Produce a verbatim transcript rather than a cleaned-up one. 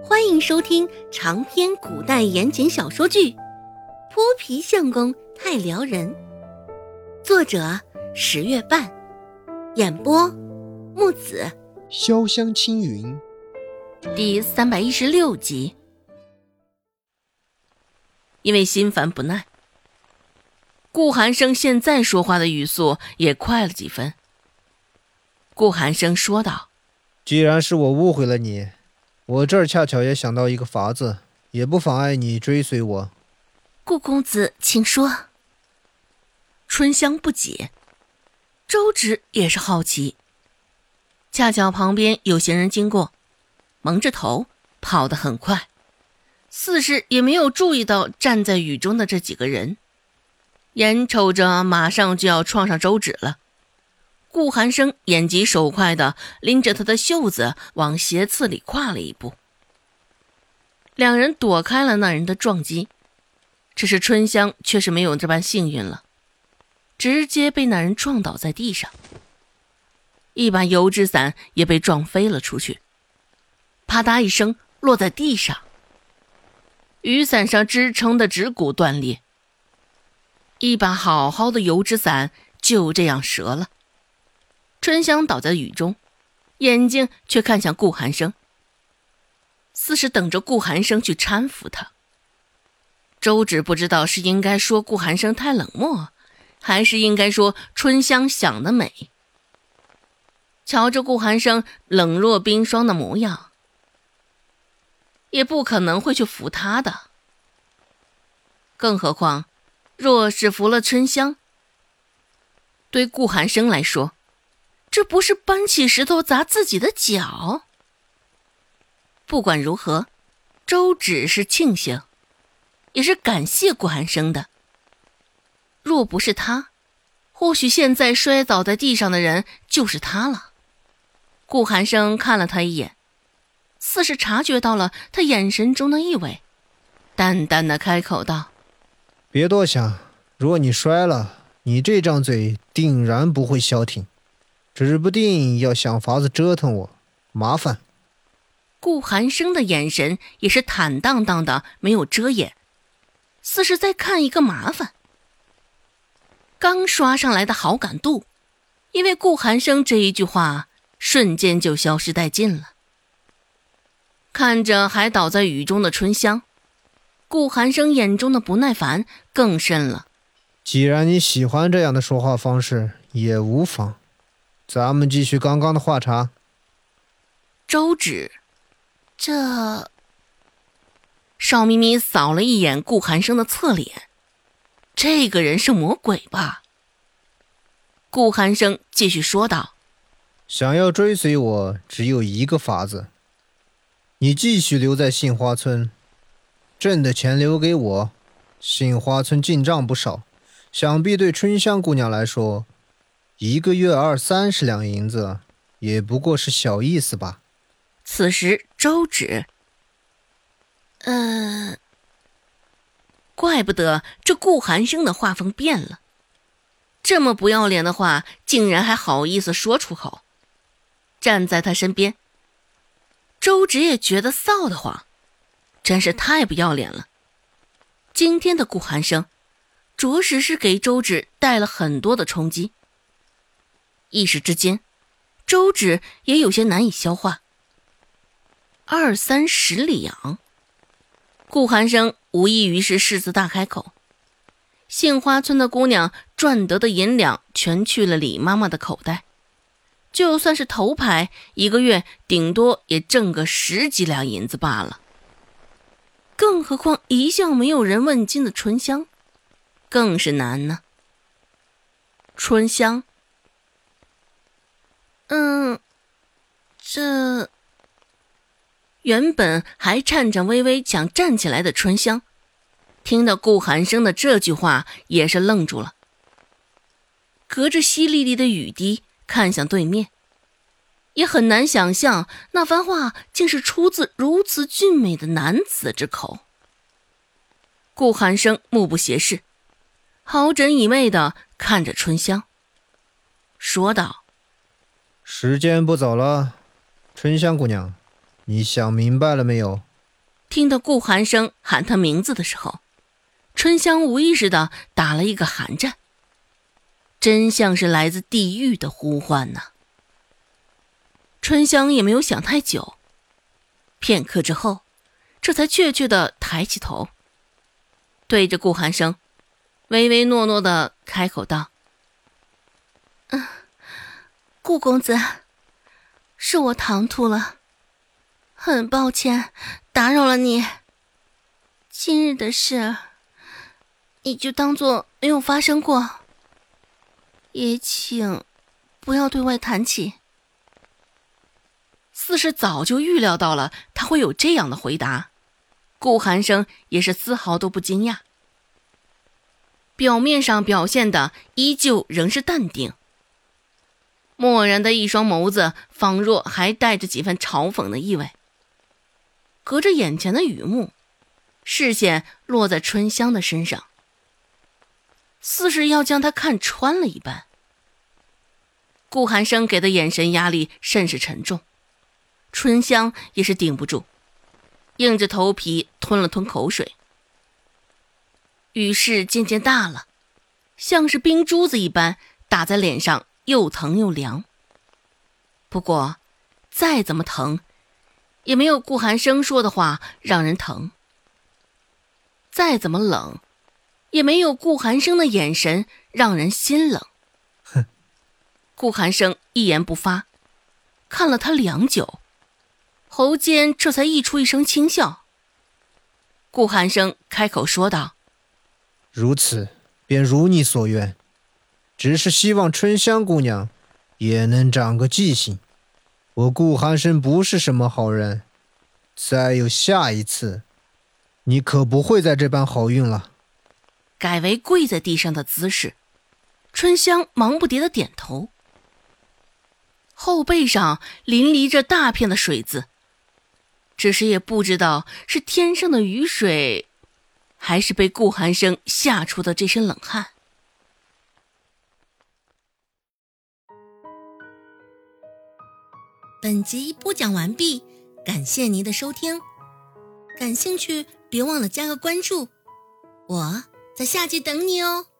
欢迎收听长篇古代言情小说剧《泼皮相公太撩人》，作者十月半，演播木子潇湘青云， 第三百一十六集。因为心烦不耐，顾寒生现在说话的语速也快了几分。顾寒生说道： 既然是我误会了你，我这儿恰巧也想到一个法子，也不妨碍你追随我。 顾公子请说。春香不解，周芷也是好奇。恰巧旁边有行人经过，蒙着头跑得很快，似是也没有注意到站在雨中的这几个人，眼瞅着马上就要撞上周芷了。顾寒生眼疾手快地拎着他的袖子往斜刺里跨了一步，两人躲开了那人的撞击。只是春香却是没有这般幸运了，直接被那人撞倒在地上，一把油纸伞也被撞飞了出去，啪嗒一声落在地上，雨伞上支撑的指骨断裂，一把好好的油纸伞就这样折了。春香倒在雨中，眼睛却看向顾寒生，似是等着顾寒生去搀扶他。周芷不知道是应该说顾寒生太冷漠，还是应该说春香想得美。瞧着顾寒生冷若冰霜的模样，也不可能会去扶他的。更何况若是扶了春香，对顾寒生来说，这不是搬起石头砸自己的脚？不管如何，周芷是庆幸，也是感谢顾寒生的。若不是他，或许现在摔倒在地上的人就是他了。顾寒生看了他一眼，似是察觉到了他眼神中的意味，淡淡的开口道： 别多想，若你摔了，你这张嘴定然不会消停，指不定要想法子折腾我，麻烦。 顾寒生的眼神也是坦荡荡的，没有遮掩，似是在看一个麻烦。刚刷上来的好感度，因为顾寒生这一句话瞬间就消失殆尽了。看着还倒在雨中的春香，顾寒生眼中的不耐烦更甚了。 既然你喜欢这样的说话方式，也无妨，咱们继续刚刚的话茬。 周芷，这……邵咪咪扫了一眼顾寒生的侧脸，这个人是魔鬼吧？顾寒生继续说道： 想要追随我，只有一个法子，你继续留在杏花村，挣的钱留给我，杏花村进账不少，想必对春香姑娘来说，一个月二三十两银子也不过是小意思吧。 此时周芷，呃，怪不得这顾寒生的画风变了，这么不要脸的话竟然还好意思说出口。站在他身边，周芷也觉得臊得慌，真是太不要脸了。今天的顾寒生着实是给周芷带了很多的冲击，一时之间周芷也有些难以消化。二三十两，顾寒生无异于是狮子大开口。杏花村的姑娘赚得的银两全去了李妈妈的口袋，就算是头牌，一个月顶多也挣个十几两银子罢了。更何况一向没有人问津的春香，更是难呢。春香，嗯，这……原本还颤颤巍巍想站起来的春香，听到顾寒生的这句话也是愣住了，隔着淅沥沥的雨滴看向对面，也很难想象那番话竟是出自如此俊美的男子之口。顾寒生目不斜视，好整以媚地看着春香，说道： 时间不早了，春香姑娘，你想明白了没有？ 听到顾寒生喊他名字的时候，春香无意识地打了一个寒战，真像是来自地狱的呼唤呢。春香也没有想太久，片刻之后，这才确切地抬起头，对着顾寒生唯唯诺诺地开口道：嗯，顾公子，是我唐突了，很抱歉打扰了你。今日的事，你就当作没有发生过，也请不要对外谈起。似是早就预料到了他会有这样的回答，顾寒生也是丝毫都不惊讶，表面上表现的依旧仍是淡定，漠然的一双眸子仿若还带着几分嘲讽的意味。隔着眼前的雨幕，视线落在春香的身上，似是要将她看穿了一般。顾寒生给的眼神压力甚是沉重，春香也是顶不住，硬着头皮吞了吞口水。雨势渐渐大了，像是冰珠子一般打在脸上，又疼又凉。不过再怎么疼，也没有顾寒生说的话让人疼；再怎么冷，也没有顾寒生的眼神让人心冷。 哼！ 顾寒生一言不发，看了他良久，喉间这才溢出一声轻笑。顾寒生开口说道： 如此便如你所愿，只是希望春香姑娘也能长个记性。我顾寒生不是什么好人，再有下一次，你可不会再这般好运了。 改为跪在地上的姿势，春香忙不迭地点头，后背上淋漓着大片的水渍，只是也不知道是天上的雨水，还是被顾寒生吓出的这身冷汗。 本集播讲完毕，感谢您的收听。感兴趣别忘了加个关注，我在下集等你哦。